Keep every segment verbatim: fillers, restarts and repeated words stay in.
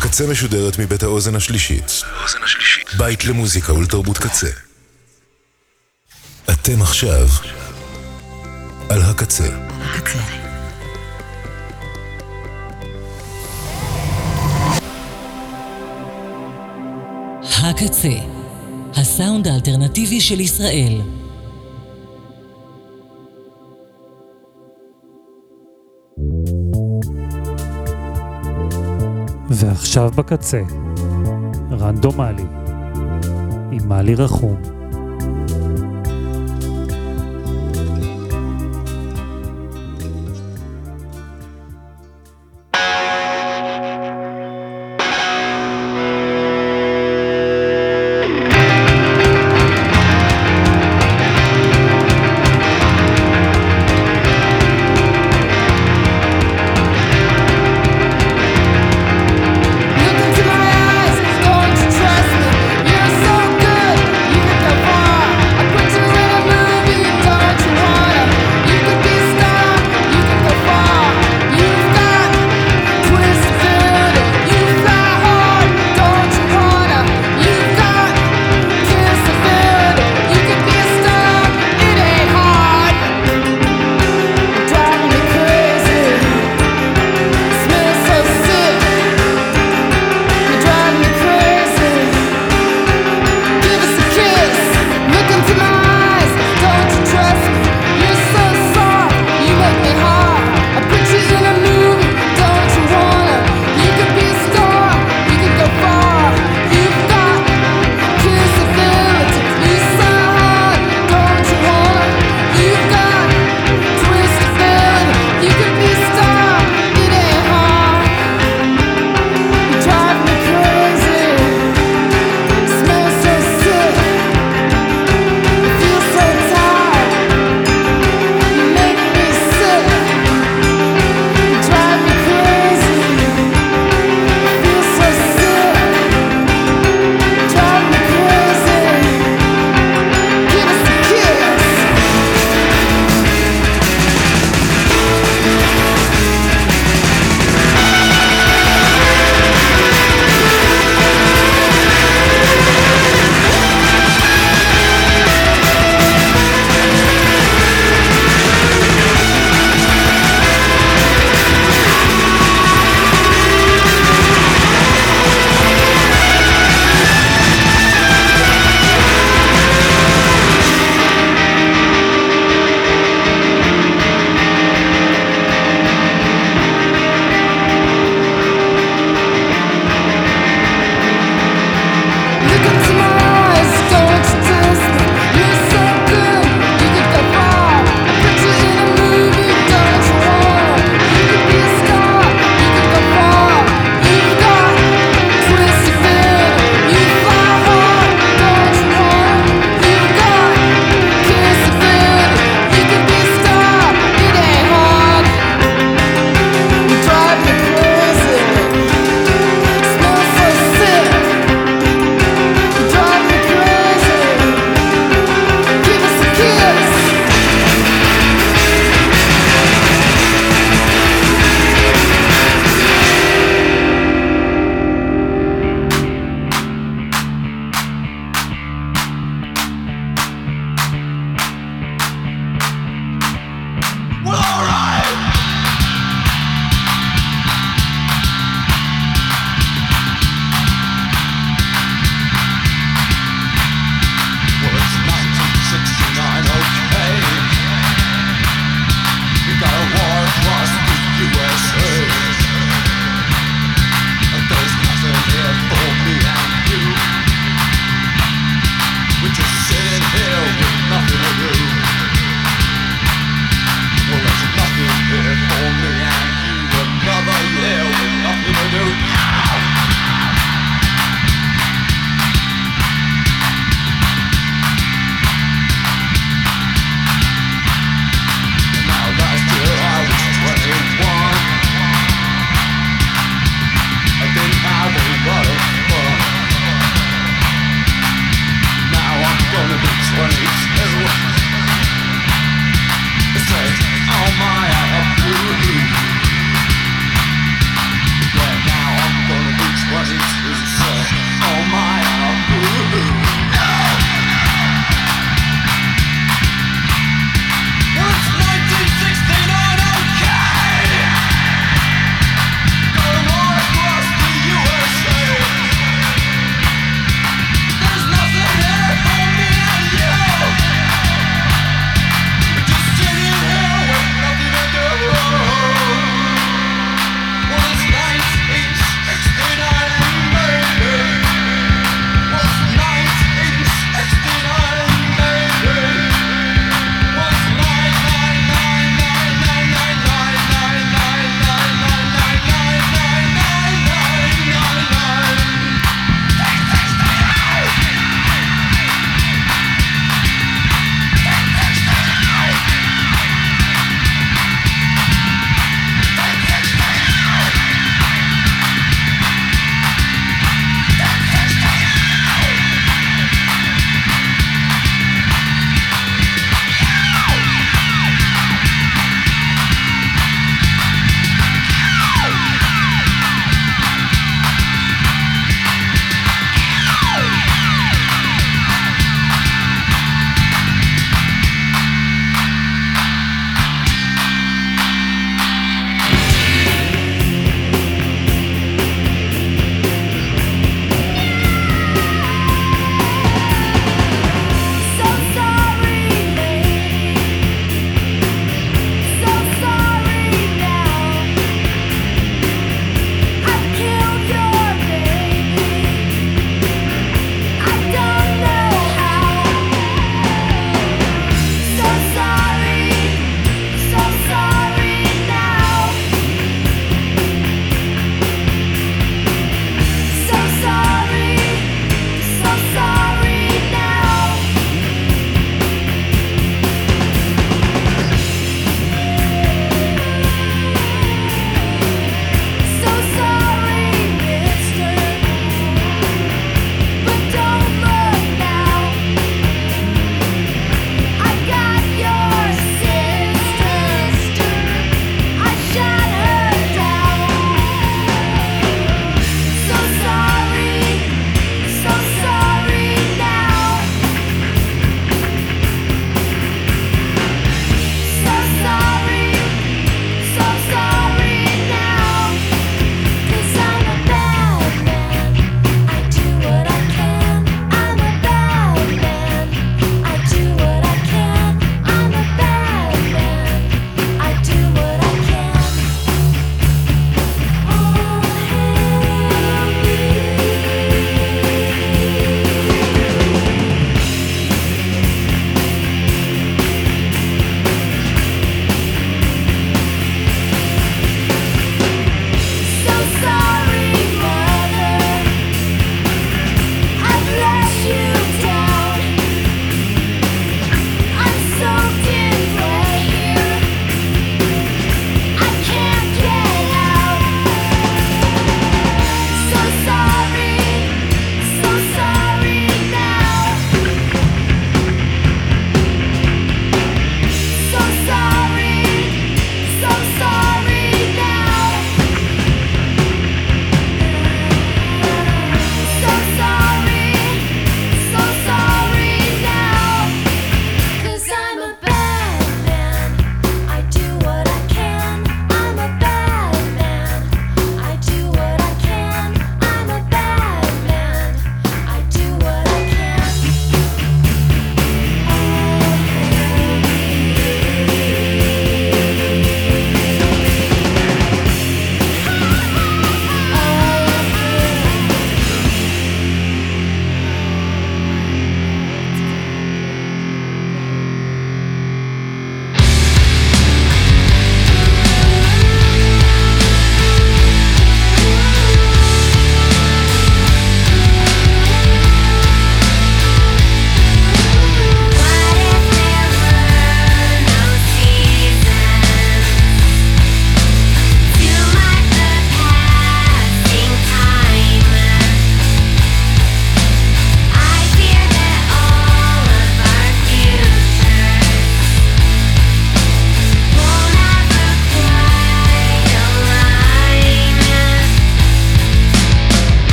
הקצה משודרת מבית האוזן השלישית. בית למוזיקה ולתרבות קצה. אתם עכשיו על הקצה. הקצה. הקצה, הסאונד האלטרנטיבי של ישראל. ועכשיו בקצה, רנדומלי, עם מלי רחום. Look into my eyes, don't you trust me? You're so good, you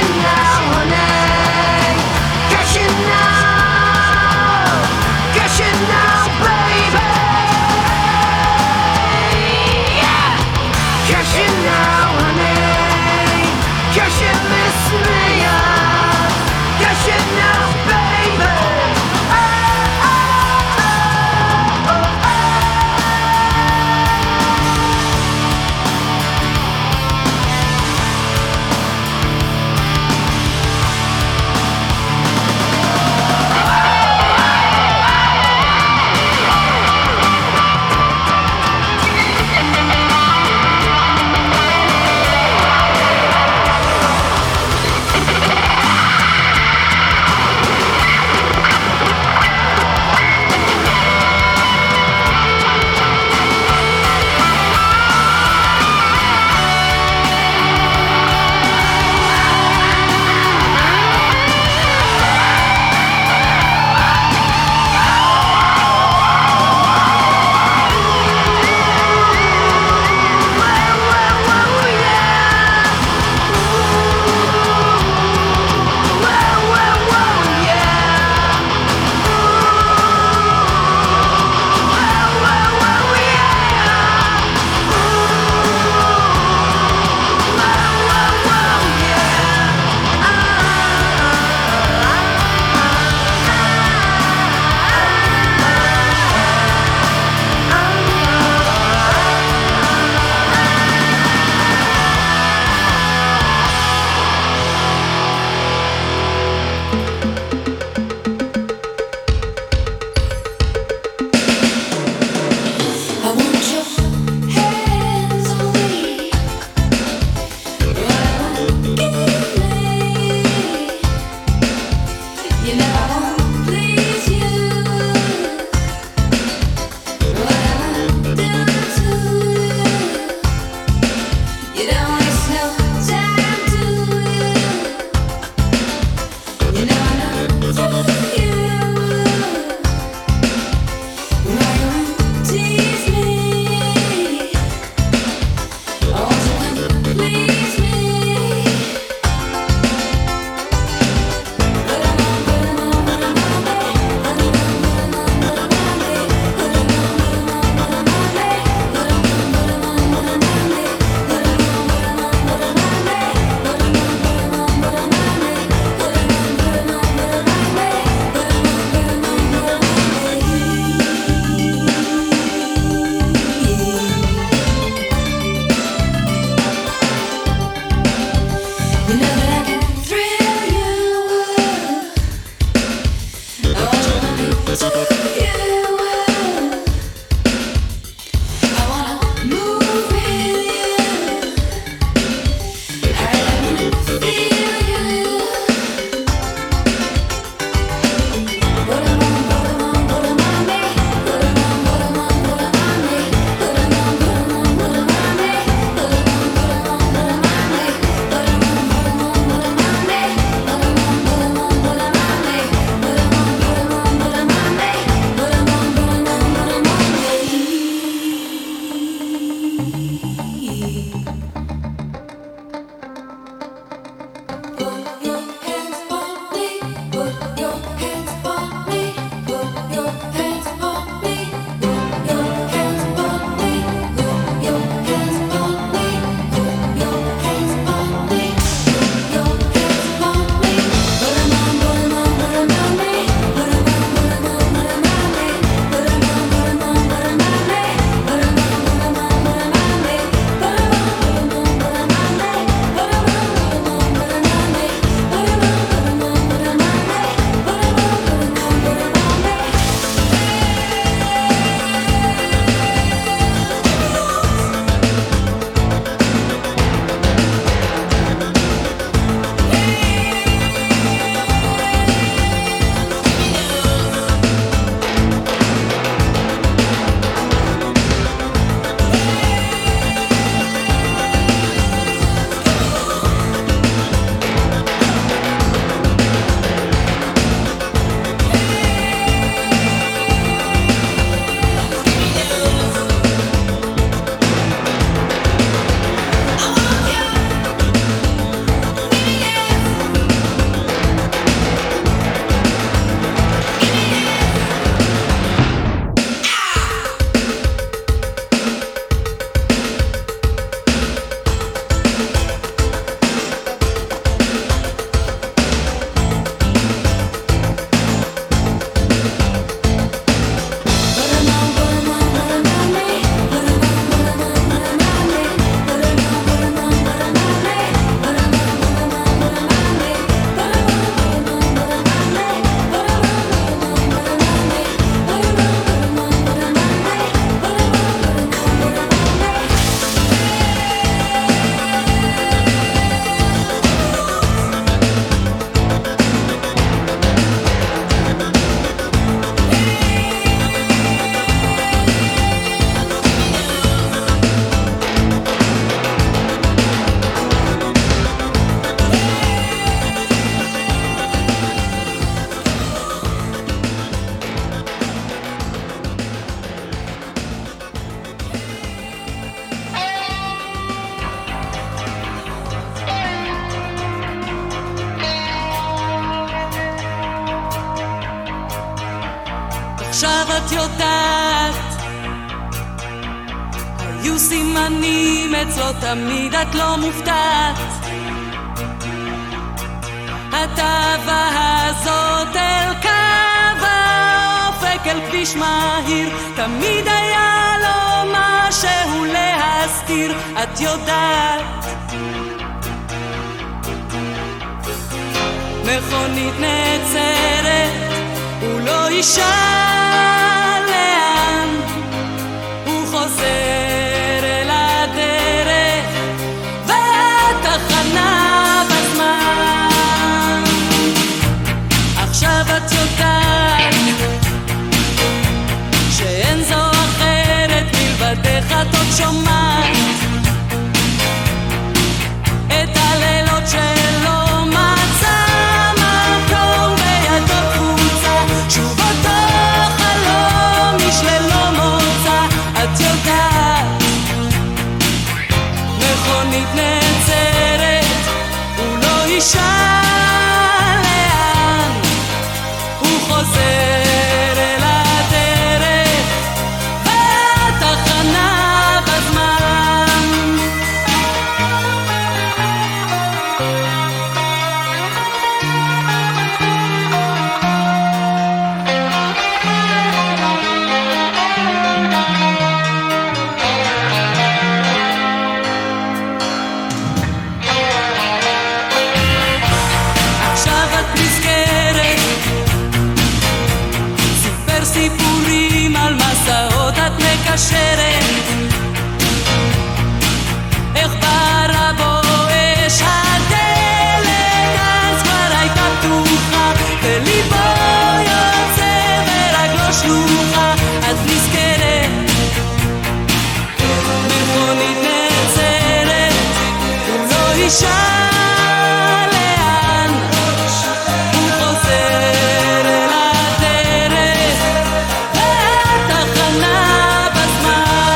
it now, honey. Cash it now, cash it now, baby. Yeah. Cash it now, honey. Cash it, miss me, yeah. Cash it now, baby. Oh, oh, oh, oh, oh. עכשיו את יודעת, היו סימנים אצלו תמיד, את לא מופתעת. הטבה הזאת אל קו האופק, אל כביש מהיר, תמיד היה לו משהו להסתיר. את יודעת, מכונית נעצרת, הוא לא ישאל לאן, הוא חוזר אל הדרך והתחנה בזמן. עכשיו את יודעת שאין זו אחרת מלבדך, את עוד שומעת את הלילות שלא מצא מקום בידו קבוצה, שוב אותו חלום איש ללא מוצא. את יודעת, מכונית נעצרת, הוא לא ישאל לאן, הוא חוזר אל הדרך והתחנה בזמן. עכשיו את נזכרת, סיפר סיפורים על מסעות, את מקשרת איך בערה בואש הדלת, אז כבר הייתה פתוחה וליבו יוצא ורגלו שלוחה. את נזכרת, מכונית נעצרת, הוא לא ישאל לאן, הוא חוזר אל הדרך והתחנה בזמן.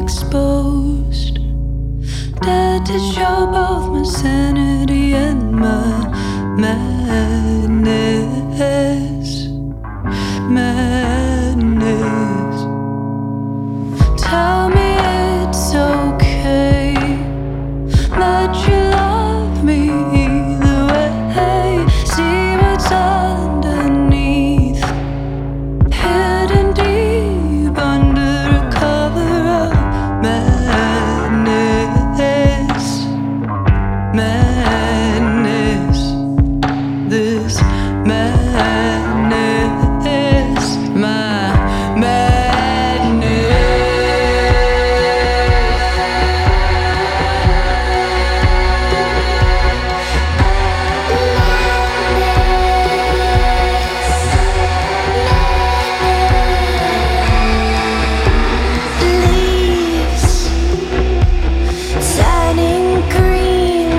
exposed. Dead to show both my sanity and my madness. Madness. Tell me it's okay that you love me either way. See what's underneath, hidden deep under a cover of madness. Madness. This madness. My madness. Leaves turning green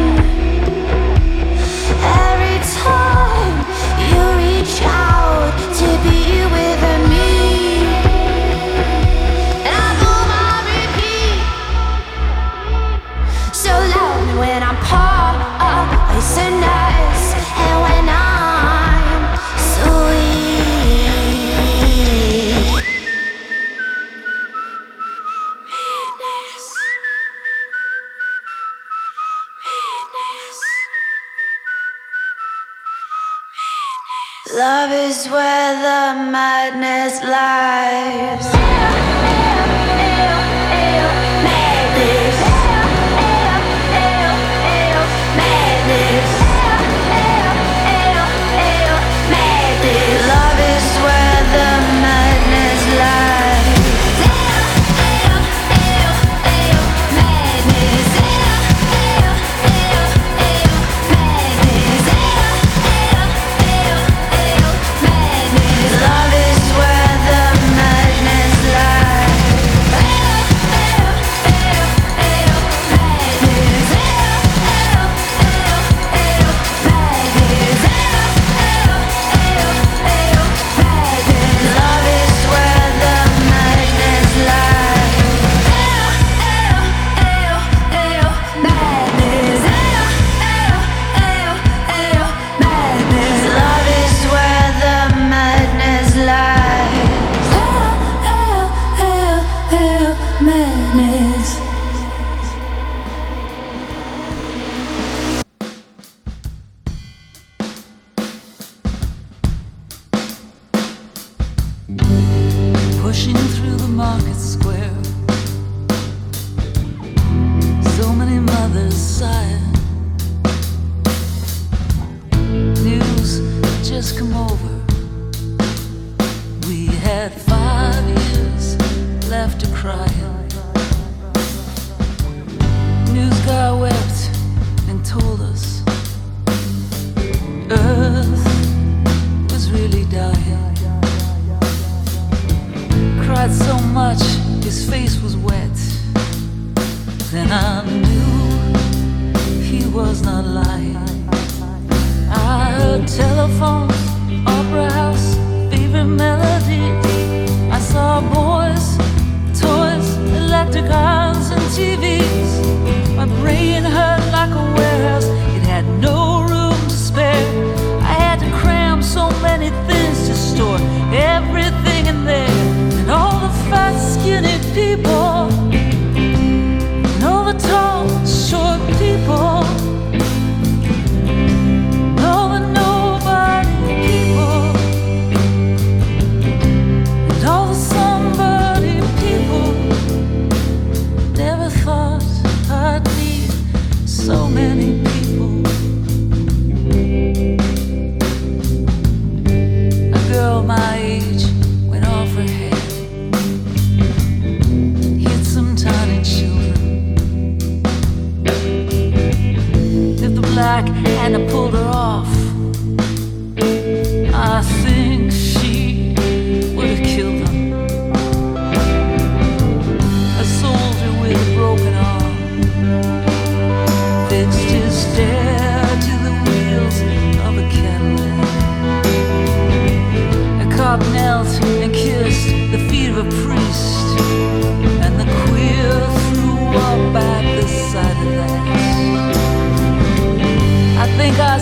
every time you reach out to be with me, and I'm on my repeat. So love me when I'm poisonous and when I'm sweet. Madness. Madness. Love is where the madness lies. Madness. Madness. Madness. Love is where the madness lies. Love is where the madness lies. Love is where the madness lies. Love is where the madness lies. Madness. Pushing through the market square, so many mothers sighing. News just come over. We had five years left to cry. News guy wept and told us Earth was really dying. Cried so much his face was wet. Then I knew he was not lying. I heard telephones, opera house, favorite melody. I saw boys, toys, electric cars and T Vs. My brain hurt like a warehouse. It had no room to spare. I had to cram so many things to store everything in there. And all the fat, skinny people, and all the tall, short people, and all the nobody people.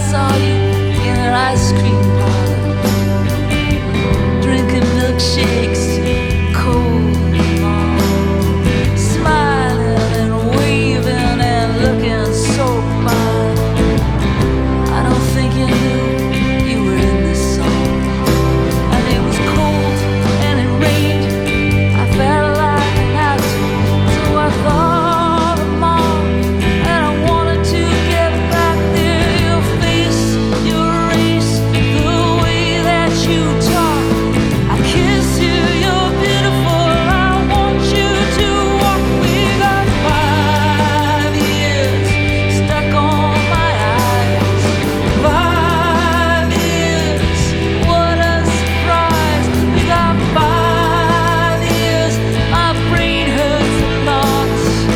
saw you in her ice cream parlor, drinking milkshakes, cold and long, smiling and waving and looking so fine. I don't think you knew you were in this song. And it was cold and it rained. I felt like an actor, so I thought of mom, and I wanted to get back there. Your face, your race, the way that you talk. I kiss you, you're beautiful. I want you to walk. We got five years stuck on my eyes. Five years, what a surprise. We got five years. My brain hurts a lot.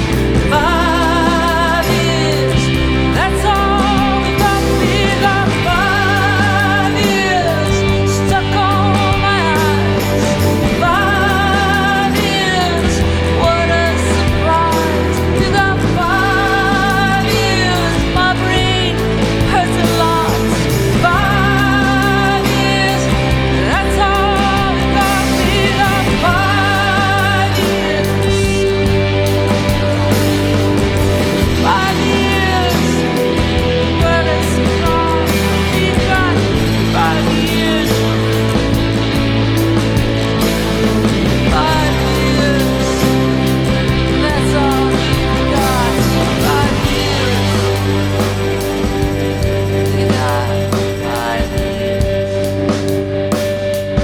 Five years, that's all we got. We got five years stuck on my eyes. Five years, what a surprise. We got five years. My brain hurts a lot. Five years, that's all we got. We got five years. Five years, what a surprise. We got five years. Five years, that's all we got. Five years. We got five years.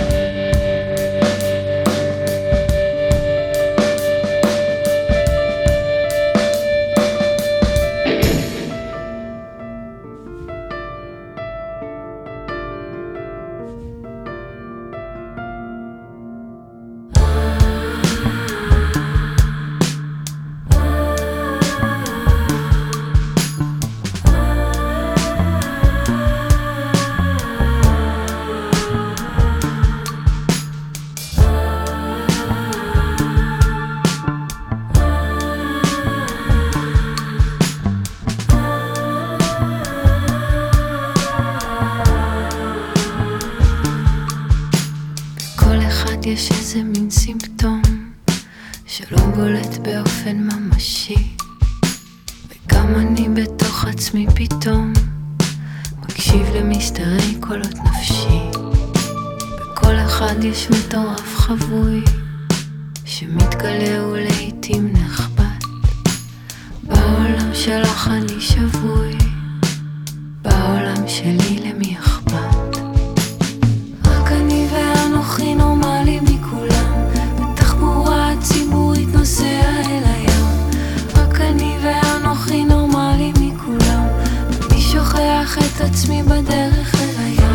כל אחד יש איזה מין סימפטום שלא בולט באופן ממשי, וגם אני בתוך עצמי פתאום מקשיב למסתרי קולות נפשי. בכל אחד יש מטורף חבוי שמתגלה ולעיתים נחבט. בעולם שלך אני שבוי, בעולם שלי למי אכפת? רק אני ואנוכי נורמלי מכולם, בתחבורה הציבורית נוסע אל הים. רק אני ואנוכי נורמלי מכולם, אני שוכח את עצמי בדרך אל הים.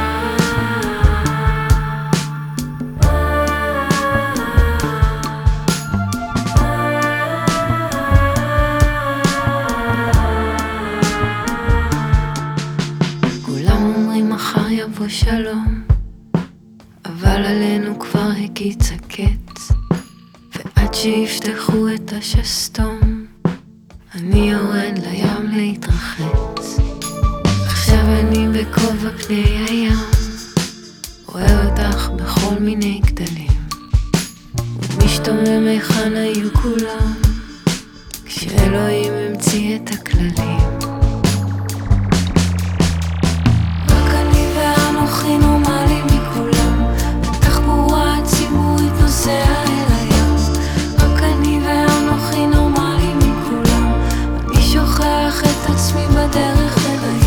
כולם אומרים מחר יבוא שלום, אבל עלינו כבר הקיץ הקץ, ועד שיפתחו את השסתום אני יורד לים להתרחץ. עכשיו אני בכובע פני הים, רואה אותך בכל מיני גדלים, ומשתומם היכן היו כולם כשאלוהים המציא את הכללים. רק אני ואנוכי נורמלי מכולם, בתחבורה הציבורית נוסע אל הים. רק אני ואנוכי נורמלי מכולם, אני שוכח את עצמי בדרך אל הים.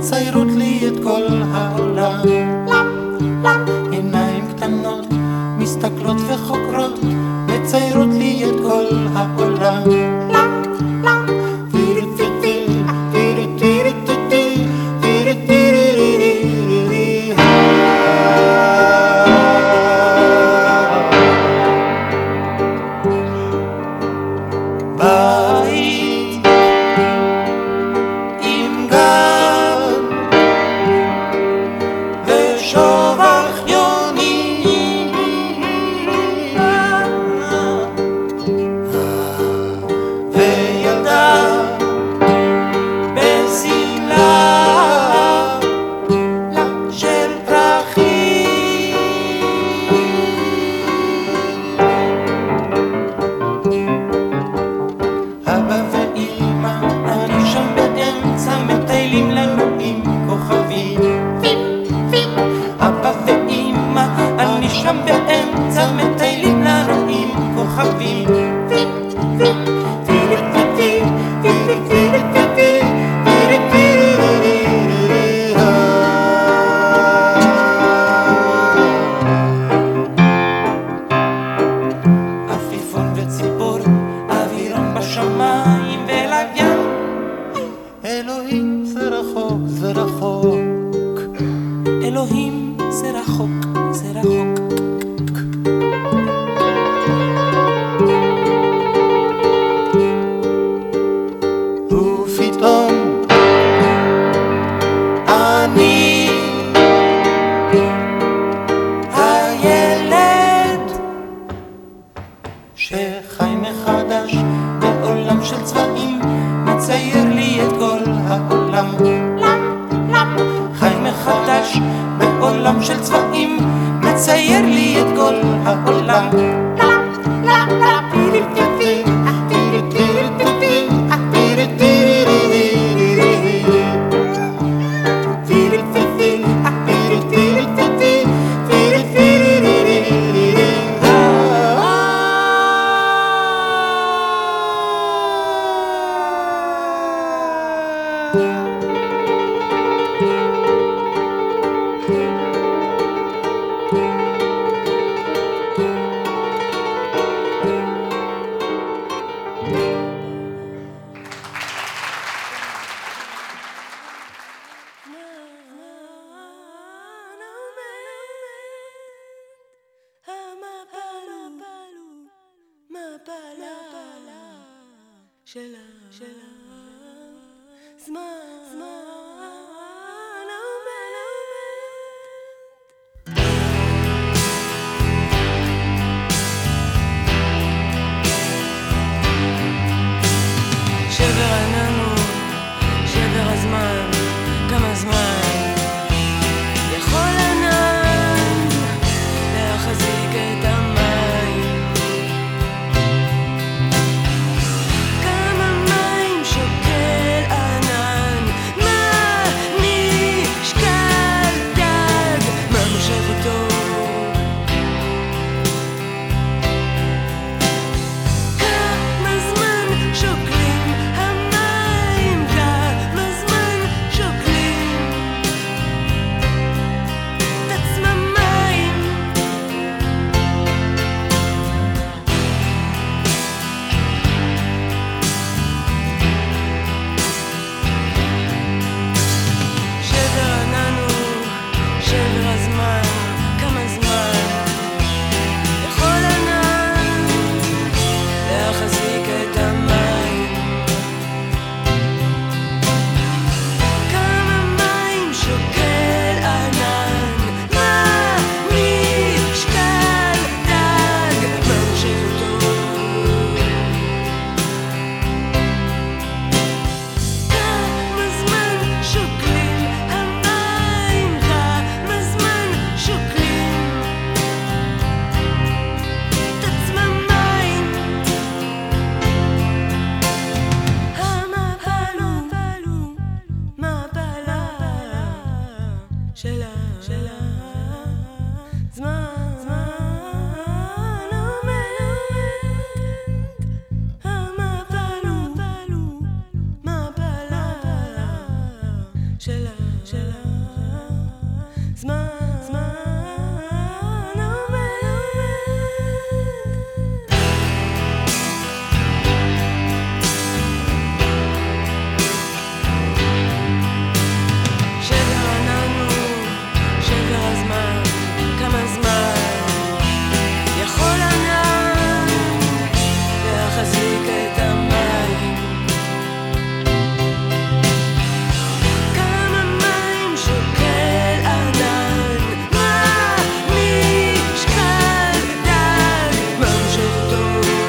מציירות לי את כל העולם. עיניים קטנות מסתכלות וחוקרות, מציירות לי את כל העולם. שלה, שלה, זמן, זמן עומד. שבר עננו, שבר הזמן, כמה זמן יכול ענן להחזיק את המים. כמה מים שוקל ענן, מה משקל דל מחשבתו.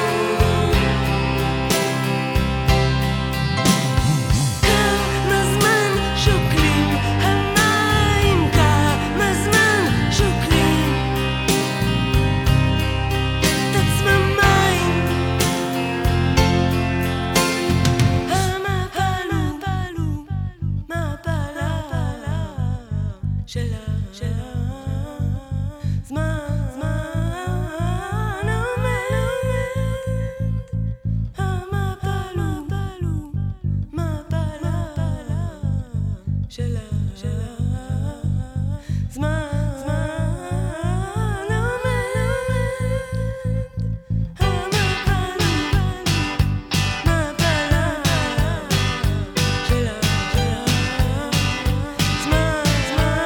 כמה זמן שוקלים המים, כמה זמן שוקלים את עצמם מים. המפלו, מפלה שלה, שלה, זמן, זמן עומד. המפלו, מפלה שלה, שלה, זמן, זמן עומד. המפלו, מפלה שלה, שלה, זמן, זמן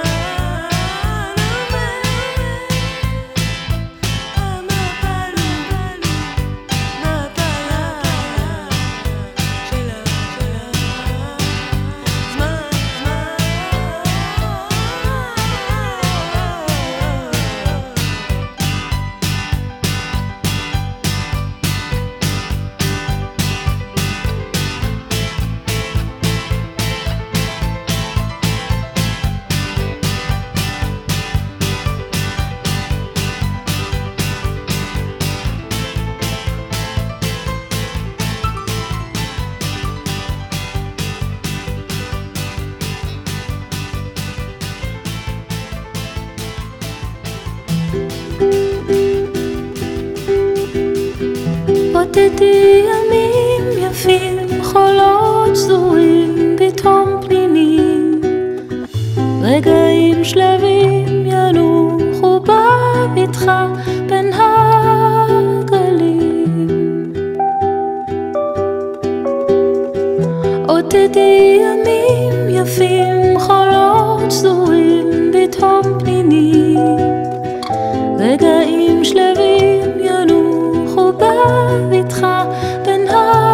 בודדי ימים יפים, חולות שזורים בתהום פנינים, רגעים שלווים ינוחו בבטחה בין הגלים. עודדי ימים יפים, חולות שזורים בתהום פנינים, רגעים שלווים ינוחו בבטחה בין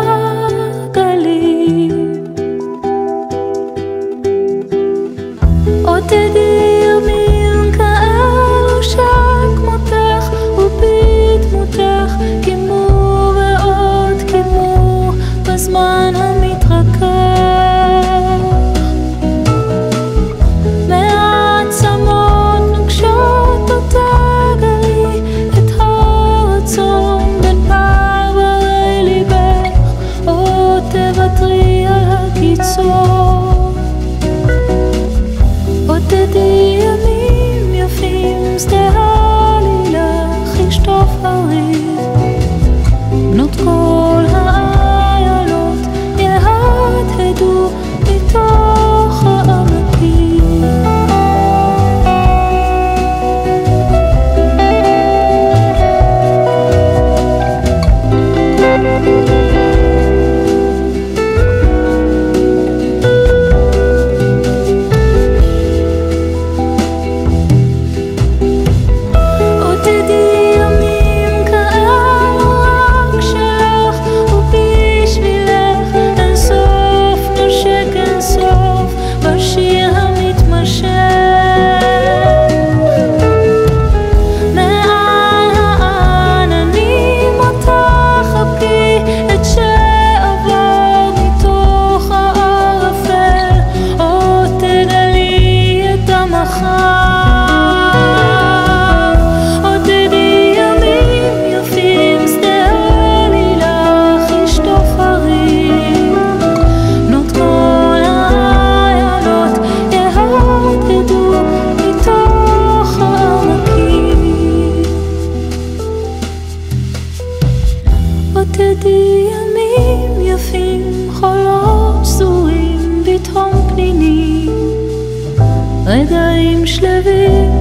הגלים. עודדי ימים כאלו שכמותך ובדמותך, קימו ועוד קימו בזמן המתרכך. מעצמות נוגשות אותגלי את הרצון בין פרברי ליבך, או תוותרי על הקיצור. עודדי רגעים שלווים